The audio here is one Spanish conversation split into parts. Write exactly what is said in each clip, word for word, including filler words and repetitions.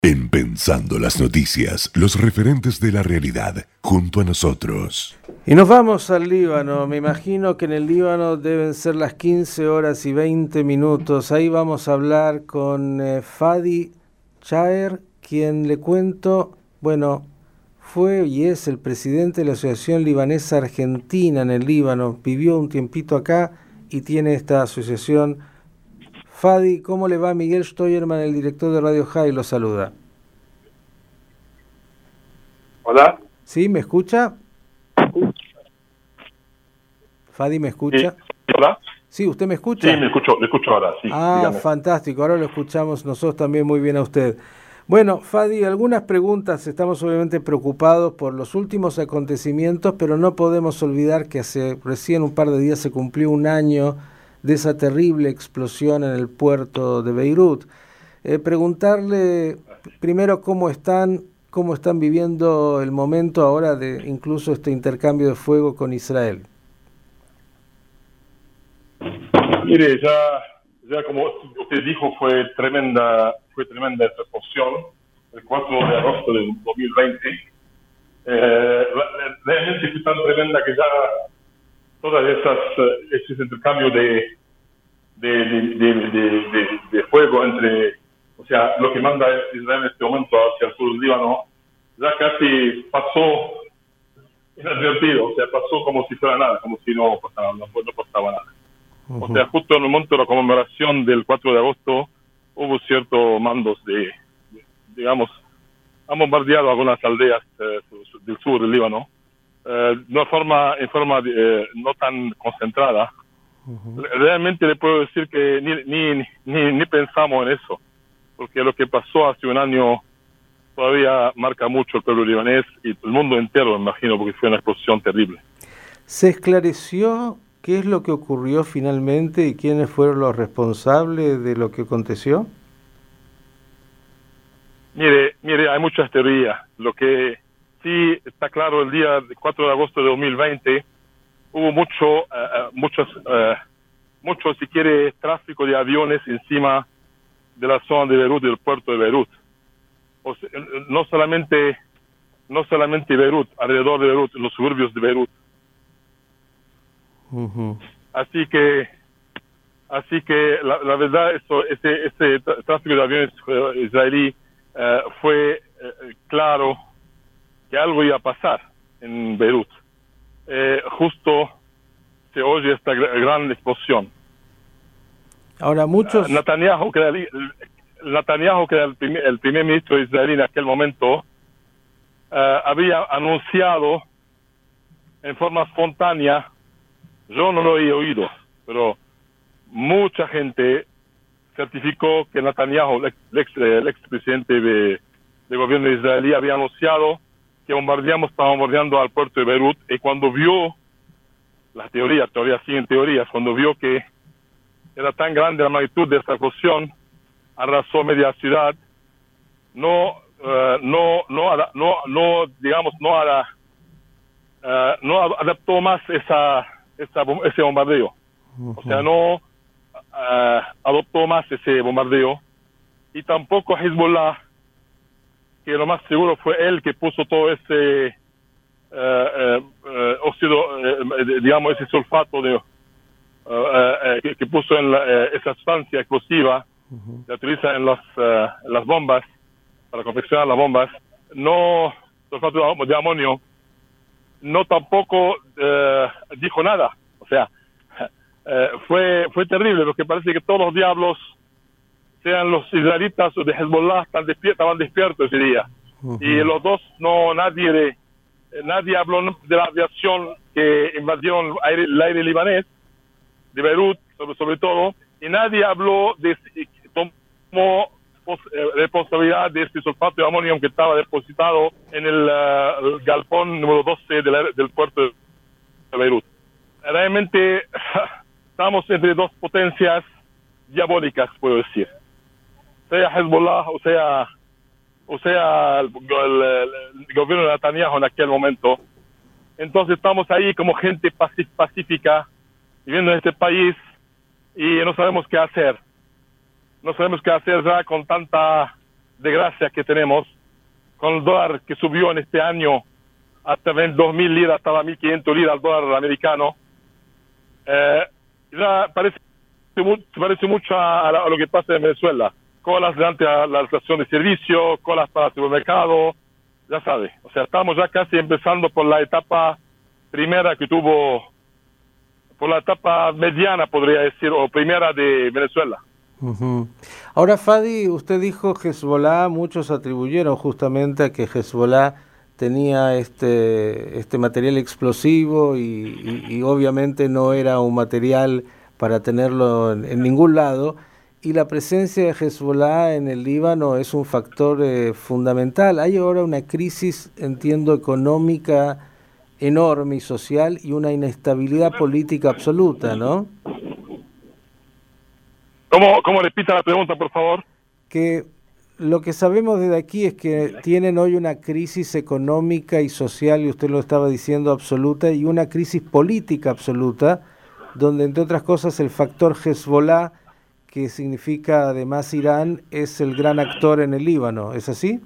En Pensando las Noticias, los referentes de la realidad, junto a nosotros. Y nos vamos al Líbano. Me imagino que en el Líbano deben ser las quince horas y veinte minutos. Ahí vamos a hablar con eh, Fadi Chaer, quien le cuento, bueno, fue y es el presidente de la Asociación Libanesa Argentina en el Líbano. Vivió un tiempito acá y tiene esta asociación. Fadi, ¿cómo le va? Miguel Steuermann, el director de Radio High, lo saluda. Hola. ¿Sí? ¿Me escucha? Fadi, ¿me escucha? Sí. Hola. Sí, ¿usted me escucha? Sí, me escucho, me escucho ahora, sí. Ah, dígame. Fantástico, ahora lo escuchamos nosotros también muy bien a usted. Bueno, Fadi, algunas preguntas. Estamos obviamente preocupados por los últimos acontecimientos, pero no podemos olvidar que hace recién un par de días se cumplió un año de esa terrible explosión en el puerto de Beirut. Eh, preguntarle primero cómo están, cómo están viviendo el momento ahora de incluso este intercambio de fuego con Israel. Mire, ya, ya como usted dijo, fue tremenda, fue tremenda esta explosión el cuatro de agosto de dos mil veinte. Eh, realmente fue tan tremenda que ya todas esas esos intercambios de de de, de, de, de de fuego entre, o sea, lo que manda Israel en este momento hacia el sur del Líbano, ya casi pasó inadvertido, o sea, pasó como si fuera nada, como si no pasaba, no, no pasaba nada. Uh-huh. O sea, justo en el momento de la conmemoración del cuatro de agosto hubo ciertos mandos de, de digamos, han bombardeado algunas aldeas eh, del sur del Líbano, eh, de forma, en forma eh, no tan concentrada. Uh-huh. Realmente le puedo decir que ni, ni, ni, ni pensamos en eso, porque lo que pasó hace un año todavía marca mucho el pueblo libanés y el mundo entero, me imagino, porque fue una explosión terrible. ¿Se esclareció qué es lo que ocurrió finalmente y quiénes fueron los responsables de lo que aconteció? Mire, mire, hay muchas teorías. Lo que sí está claro, el día cuatro de agosto de dos mil veinte hubo mucho, uh, muchos, uh, mucho, si quiere, tráfico de aviones encima de la zona de Beirut, del puerto de Beirut. O sea, no solamente, no solamente Beirut, alrededor de Beirut, los suburbios de Beirut. Uh-huh. Así que, así que la, la verdad, eso, ese, ese tráfico de aviones israelí uh, fue uh, claro que algo iba a pasar en Beirut. Eh, justo se oye esta gran explosión. Ahora muchos... Uh, Netanyahu, que era, el, Netanyahu, que era el, primer, el primer ministro israelí en aquel momento, uh, había anunciado en forma espontánea, yo no lo he oído, pero mucha gente certificó que Netanyahu, el ex, el ex presidente de, de gobierno israelí, había anunciado que bombardeamos, estaba bombardeando al puerto de Beirut, y cuando vio las teorías, todavía siguen teorías, cuando vio que era tan grande la magnitud de esta explosión, arrasó media ciudad, no, uh, no, no, no, no, digamos, no, uh, no adaptó más esa, esa, ese bombardeo. Uh-huh. O sea, no uh, adoptó más ese bombardeo, y tampoco Hezbollah, que lo más seguro fue él que puso todo ese uh, uh, uh, óxido, uh, digamos, ese sulfato de, uh, uh, que, que puso en la, uh, esa sustancia explosiva, uh-huh, que utiliza en las, uh, las bombas, para confeccionar las bombas, no, sulfato de amonio, no tampoco uh, dijo nada. O sea, uh, fue, fue terrible, porque parece que todos los diablos, sean los israelitas o de Hezbollah, estaban despiertos, estaban despiertos ese día. Uh-huh. Y los dos, no, nadie de, nadie habló de la aviación que invadió el aire, el aire libanés, de Beirut, sobre, sobre todo, y nadie habló de, tomó responsabilidad de este sulfato de amonio que estaba depositado en el, uh, el galpón número doce de la, del puerto de Beirut. Realmente, estamos entre dos potencias diabólicas, puedo decir. Sea Hezbollah o sea o sea el, el, el gobierno de Netanyahu en aquel momento. Entonces estamos ahí como gente pacífica viviendo en este país y no sabemos qué hacer. No sabemos qué hacer ya con tanta desgracia que tenemos, con el dólar que subió en este año hasta veintidós mil liras, estaba mil quinientas liras al dólar americano, eh, ya parece, parece mucho a, a lo que pasa en Venezuela. Colas delante a la estación de servicio, colas para el supermercado, ya sabe. O sea, estamos ya casi empezando por la etapa primera que tuvo, por la etapa mediana, podría decir, o primera de Venezuela. Uh-huh. Ahora, Fadi, usted dijo Hezbollah, muchos atribuyeron justamente a que Hezbollah tenía este, este material explosivo y, y, y obviamente no era un material para tenerlo en, en ningún lado. Y la presencia de Hezbollah en el Líbano es un factor eh, fundamental. Hay ahora una crisis, entiendo, económica enorme y social y una inestabilidad política absoluta, ¿no? ¿Cómo, cómo repita la pregunta, por favor? Que lo que sabemos desde aquí es que tienen hoy una crisis económica y social, y usted lo estaba diciendo, absoluta, y una crisis política absoluta, donde, entre otras cosas, el factor Hezbollah, que significa además Irán, es el gran actor en el Líbano. ¿Es así?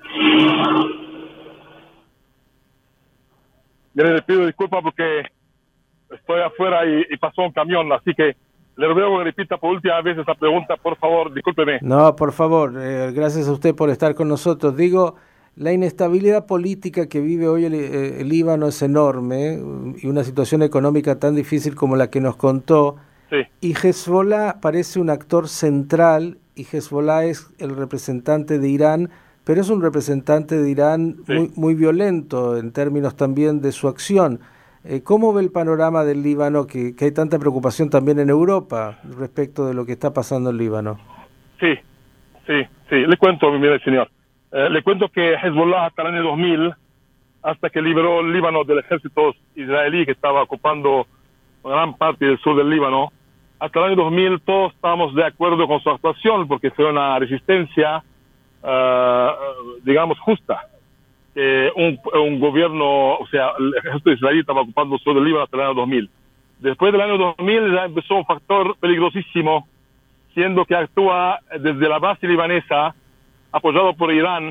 Le pido disculpas porque estoy afuera y, y pasó un camión, así que le ruego que repita por última vez esa pregunta, por favor, discúlpeme. No, por favor, eh, gracias a usted por estar con nosotros. Digo, la inestabilidad política que vive hoy el, el Líbano es enorme, eh, y una situación económica tan difícil como la que nos contó. Sí. Y Hezbollah parece un actor central, y Hezbollah es el representante de Irán, pero es un representante de Irán sí. muy, muy violento en términos también de su acción. Eh, ¿Cómo ve el panorama del Líbano, que, que hay tanta preocupación también en Europa respecto de lo que está pasando en Líbano? Sí, sí, sí. Le cuento, mire, señor. Eh, le cuento que Hezbollah hasta el año dos mil, hasta que liberó el Líbano del ejército israelí que estaba ocupando gran parte del sur del Líbano, hasta el año dos mil todos estábamos de acuerdo con su actuación porque fue una resistencia, uh, digamos, justa. Eh, un, un gobierno, o sea, el ejército israelí estaba ocupando el sur del Líbano hasta el año dos mil. Después del año dos mil ya empezó un factor peligrosísimo, siendo que actúa desde la base libanesa, apoyado por Irán,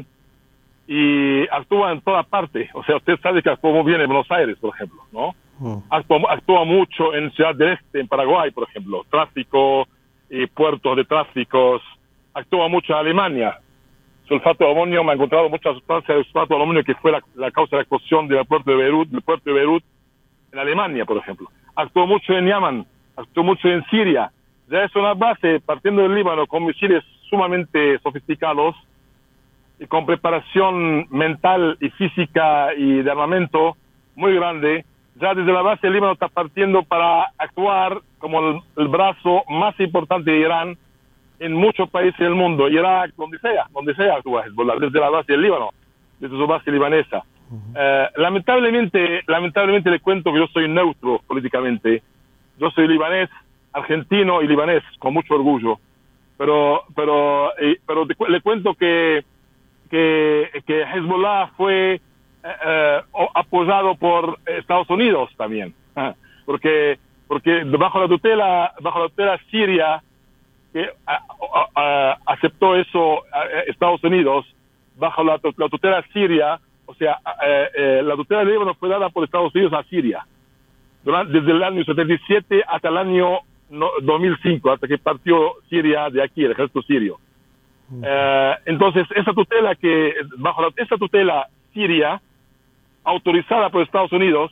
y actúa en toda parte. O sea, usted sabe que actúa muy bien en Buenos Aires, por ejemplo, ¿no? Mm. Actúa, actúa mucho en Ciudad del Este, en Paraguay, por ejemplo, tráfico y puertos de tráficos. Actúa mucho en Alemania. Sulfato de amonio, me ha encontrado muchas sustancias de sulfato de amonio que fue la, la causa de la explosión del puerto de Beirut, del puerto de Beirut en Alemania, por ejemplo. Actuó mucho en Yemen, actuó mucho en Siria. Ya es una base, partiendo del Líbano, con misiles sumamente sofisticados y con preparación mental y física y de armamento muy grande. Ya desde la base del Líbano está partiendo para actuar como el, el brazo más importante de Irán en muchos países del mundo, Irak, donde sea, donde sea actúa Hezbollah, desde la base del Líbano, desde su base libanesa. Uh-huh. Eh, lamentablemente, lamentablemente le cuento que yo soy neutro políticamente. Yo soy libanés, argentino y libanés, con mucho orgullo. Pero, pero, eh, pero le cuento que, que, que Hezbollah fue eh, eh, apoyado por Estados Unidos también, porque, porque bajo la tutela, bajo la tutela siria, que a, a, a, aceptó eso a, a Estados Unidos, bajo la, la tutela siria, o sea, eh, eh, la tutela del Líbano fue dada por Estados Unidos a Siria, durante, desde el año setenta y siete hasta el año no, dos mil cinco, hasta que partió Siria de aquí, el ejército sirio. Uh-huh. Eh, entonces, esa tutela que, bajo la, esa tutela siria, autorizada por Estados Unidos,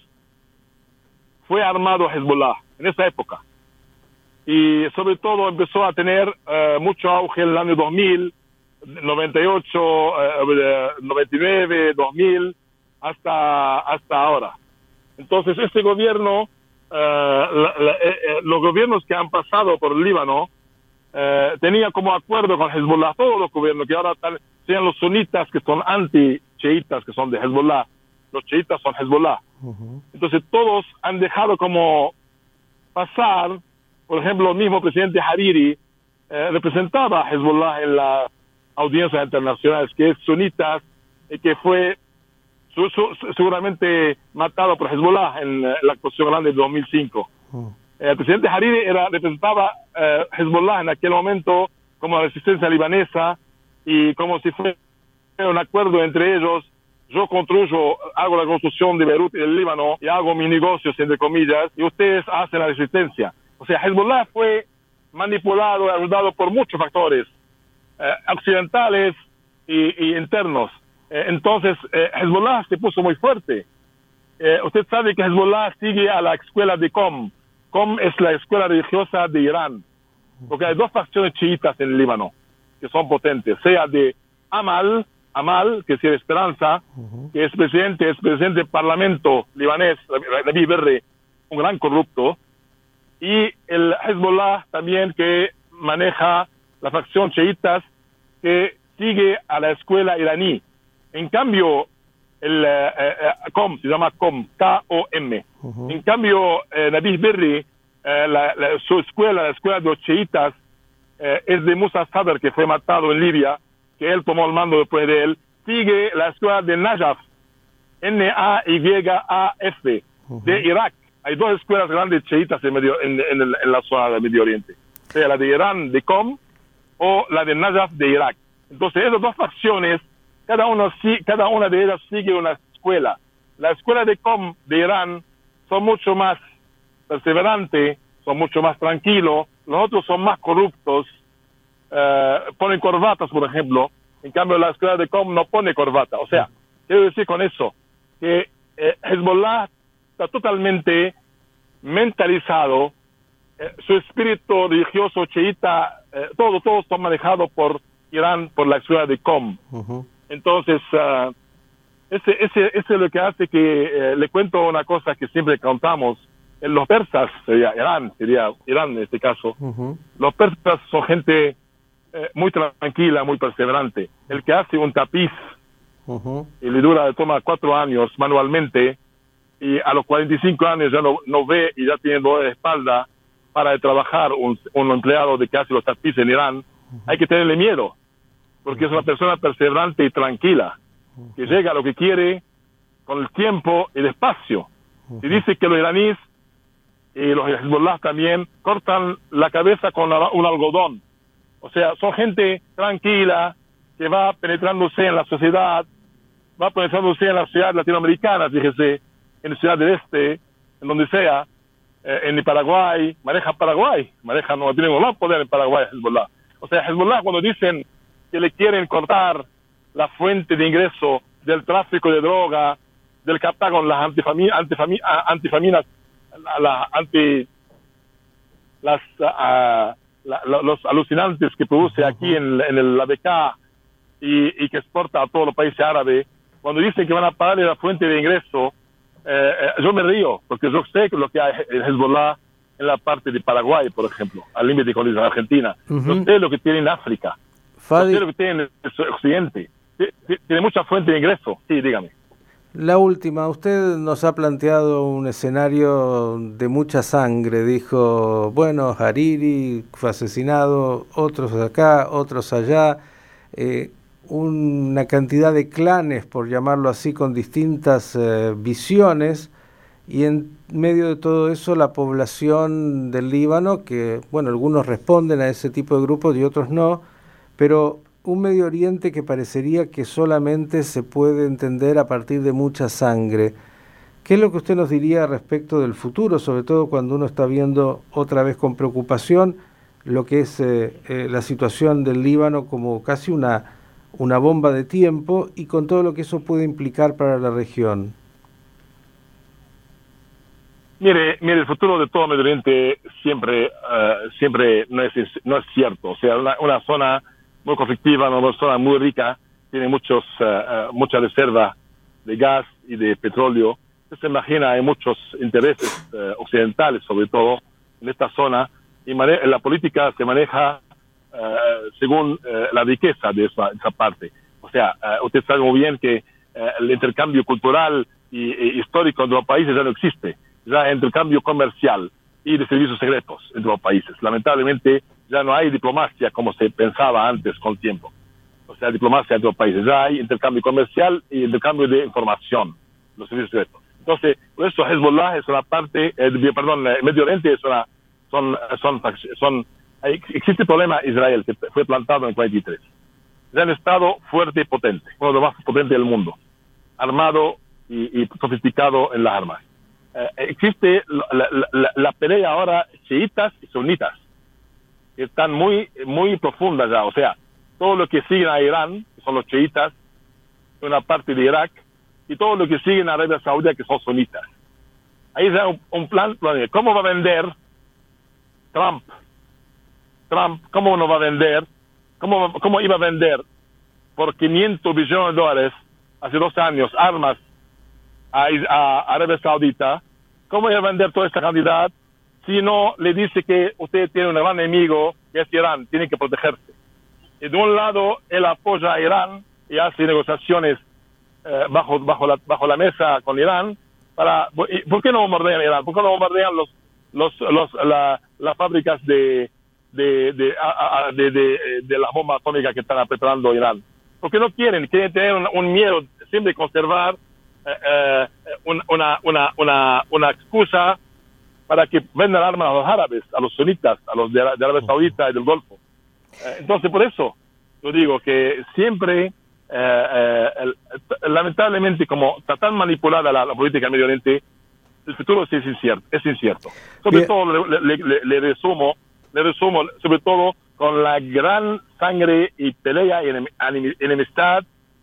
fue armado Hezbollah en esa época. Y sobre todo empezó a tener uh, mucho auge en el año dos mil, noventa y ocho, uh, noventa y nueve, dos mil, hasta, hasta ahora. Entonces, este gobierno, uh, la, la, eh, los gobiernos que han pasado por el Líbano, uh, tenían como acuerdo con Hezbollah, todos los gobiernos, que ahora tal, sean los sunitas que son anti-chiitas, que son de Hezbollah, los chiitas son Hezbollah. Uh-huh. Entonces, todos han dejado como pasar. Por ejemplo, el mismo presidente Hariri eh, representaba a Hezbollah en las audiencias internacionales, que es sunita y que fue su, su, seguramente matado por Hezbollah en, en la explosión grande de dos mil cinco. Mm. El presidente Hariri era, representaba eh, Hezbollah en aquel momento como la resistencia libanesa y como si fuera un acuerdo entre ellos, yo construyo, hago la construcción de Beirut y del Líbano y hago mis negocios, entre comillas, y ustedes hacen la resistencia. O sea, Hezbollah fue manipulado, ayudado por muchos factores eh, occidentales y, y internos. Eh, entonces, eh, Hezbollah se puso muy fuerte. Eh, usted sabe que Hezbollah sigue a la escuela de Qom. Qom es la escuela religiosa de Irán, porque hay dos facciones chiitas en el Líbano que son potentes, sea de Amal, Amal, que es de Esperanza, uh-huh. que es presidente, es presidente del parlamento libanés, Nabi Berri, un gran corrupto, y el Hezbollah también, que maneja la facción chiitas, que sigue a la escuela iraní. En cambio, el eh, eh, Qom, se llama Qom, K O M. Uh-huh. En cambio, eh, Nabi Berri, eh, la, la, su escuela, la escuela de los chiitas, eh, es de Musa Sadr, que fue matado en Libia, que él tomó el mando después de él. Sigue la escuela de Najaf, N A Y A F, uh-huh. de Irak. Hay dos escuelas grandes chiitas en, medio, en, en, el, en la zona del Medio Oriente, sea la de Irán, de Qom, o la de Najaf, de Irak. Entonces, esas dos facciones, cada, uno, cada una de ellas sigue una escuela. La escuela de Qom, de Irán, son mucho más perseverantes, son mucho más tranquilos, los otros son más corruptos, uh, ponen corbatas, por ejemplo. En cambio, la escuela de Qom no pone corbata. O sea, quiero decir con eso que eh, Hezbollah está totalmente mentalizado, eh, su espíritu religioso chiita, eh, todo, todo está manejado por Irán, por la escuela de Qom. Uh-huh. Entonces, uh, ese, ese, ese es lo que hace que, eh, le cuento una cosa que siempre contamos, en los persas, sería Irán, sería Irán en este caso, uh-huh. los persas son gente eh, muy tranquila, muy perseverante. El que hace un tapiz, uh-huh. y le dura, toma cuatro años manualmente, y a los cuarenta y cinco años ya no, no ve y ya tiene dolor de espalda para trabajar un, un empleado de que hace los tapices en Irán, uh-huh. hay que tenerle miedo, porque uh-huh. es una persona perseverante y tranquila, uh-huh. que llega a lo que quiere con el tiempo y despacio. Uh-huh. Y dice que los iraníes y los Hezbollah también cortan la cabeza con un algodón. O sea, son gente tranquila que va penetrándose en la sociedad, va penetrándose en las ciudades latinoamericanas, fíjese, en la ciudad del este, en donde sea, eh, en Paraguay, maneja Paraguay, maneja, no tiene ningún poder en Paraguay Hezbollah. O sea, Hezbollah, cuando dicen que le quieren cortar la fuente de ingreso del tráfico de droga, del que atacan las antifaminas, antifami, antifaminas, la, la, anti, las, uh, la, la, los alucinantes que produce aquí en, en el, la B K y, y que exporta a todos los países árabes, cuando dicen que van a pagarle la fuente de ingreso, eh, eh, yo me río, porque yo sé que lo que hay en Hezbollah en la parte de Paraguay, por ejemplo, al límite con la Argentina. Uh-huh. Yo sé lo que tiene en África, Fadi, yo sé lo que tiene en el occidente. Tiene mucha fuente de ingreso. Sí, dígame. La última, usted nos ha planteado un escenario de mucha sangre, dijo, bueno, Hariri fue asesinado, otros acá, otros allá, eh, una cantidad de clanes, por llamarlo así, con distintas eh, visiones, y en medio de todo eso la población del Líbano, que, bueno, algunos responden a ese tipo de grupos y otros no, pero un Medio Oriente que parecería que solamente se puede entender a partir de mucha sangre. ¿Qué es lo que usted nos diría respecto del futuro, sobre todo cuando uno está viendo otra vez con preocupación lo que es eh, eh, la situación del Líbano como casi una, una bomba de tiempo y con todo lo que eso puede implicar para la región? Mire, mire, el futuro de todo Medio Oriente siempre, uh, siempre no es, no es cierto. O sea, una, una zona muy conflictiva, una zona muy rica, tiene muchos, uh, uh, mucha reserva de gas y de petróleo. Usted se imagina, hay muchos intereses uh, occidentales, sobre todo, en esta zona, y mane- la política se maneja uh, según uh, la riqueza de esa, esa parte. O sea, uh, usted sabe muy bien que uh, el intercambio cultural y, y histórico entre los países ya no existe. Ya hay intercambio comercial y de servicios secretos entre los países. Lamentablemente, ya no hay diplomacia como se pensaba antes con el tiempo. O sea, diplomacia entre los países. Ya hay intercambio comercial y intercambio de información, los servicios secretos. Entonces, por eso Hezbollah es una parte, eh, perdón, eh, Medio Oriente es una, son, son, son, hay, existe el problema Israel, que fue plantado en cuarenta y tres. es un Estado fuerte y potente, uno de los más potentes del mundo, armado y, y sofisticado en las armas. Eh, existe la, la, la, la pelea ahora chiitas y sunitas, que están muy, muy profundas ya. O sea, todo lo que siguen a Irán, que son los chiitas, una parte de Irak, y todo lo que siguen a Arabia Saudita, que son sunitas. Ahí está un, un plan, ¿cómo va a vender Trump? Trump, ¿cómo no va a vender? ¿Cómo, cómo iba a vender por quinientos billones de dólares hace dos años armas a, a Arabia Saudita? ¿Cómo iba a vender toda esta cantidad si no le dice que usted tiene un gran enemigo que es Irán, tiene que protegerse? Y de un lado él apoya a Irán y hace negociaciones eh, bajo bajo la bajo la mesa con Irán para. ¿Por qué no bombardean Irán? ¿Por qué no bombardean los los los la, las fábricas de de de, a, a, de de de las bombas atómicas que están preparando Irán? Porque no quieren, quieren tener un, un miedo, siempre conservar eh, eh, una una una una excusa para que vendan armas a los árabes, a los sunitas, a los de, de Arabia Saudita y del Golfo. Eh, entonces, por eso yo digo que siempre, eh, eh, el, lamentablemente, como está tan manipulada la, la política del Medio Oriente, el futuro sí es incierto. Es incierto. Sobre Bien. todo, le, le, le, le resumo, le resumo, sobre todo con la gran sangre y pelea y enemistad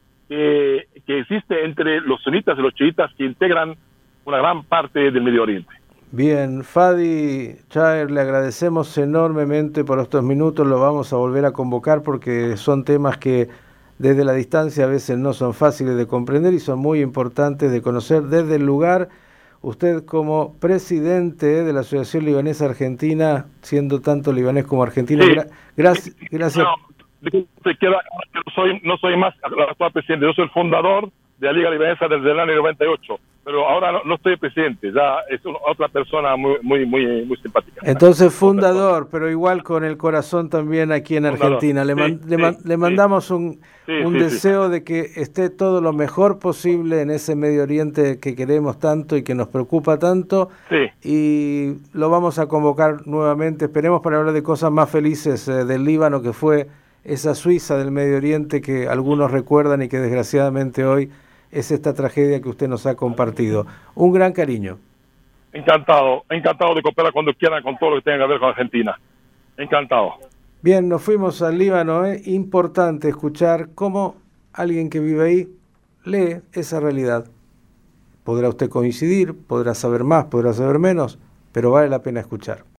que, que existe entre los sunitas y los chiitas que integran una gran parte del Medio Oriente. Bien, Fadi Chaer, le agradecemos enormemente por estos minutos, lo vamos a volver a convocar porque son temas que desde la distancia a veces no son fáciles de comprender y son muy importantes de conocer desde el lugar. Usted como presidente de la Asociación Libanesa Argentina, siendo tanto libanés como argentino, sí. gra gracias. gracias. No, disculpe, que no soy, no soy más el actual presidente, yo soy el fundador de la Liga Libanesa desde el año noventa y ocho. Pero ahora no, no estoy presidente, ya es una, otra persona muy muy muy muy simpática. Entonces fundador, pero igual con el corazón también aquí en fundador. Argentina. Le, man, sí, le, man, sí, le mandamos sí. un, sí, un sí, deseo sí. de que esté todo lo mejor posible en ese Medio Oriente que queremos tanto y que nos preocupa tanto. Sí. Y lo vamos a convocar nuevamente, esperemos para hablar de cosas más felices eh, del Líbano, que fue esa Suiza del Medio Oriente que algunos recuerdan y que desgraciadamente hoy es esta tragedia que usted nos ha compartido. Un gran cariño. Encantado, encantado de cooperar cuando quieran con todo lo que tenga que ver con Argentina. Encantado. Bien, nos fuimos al Líbano. ¿eh? Importante escuchar cómo alguien que vive ahí lee esa realidad. Podrá usted coincidir, podrá saber más, podrá saber menos, pero vale la pena escuchar.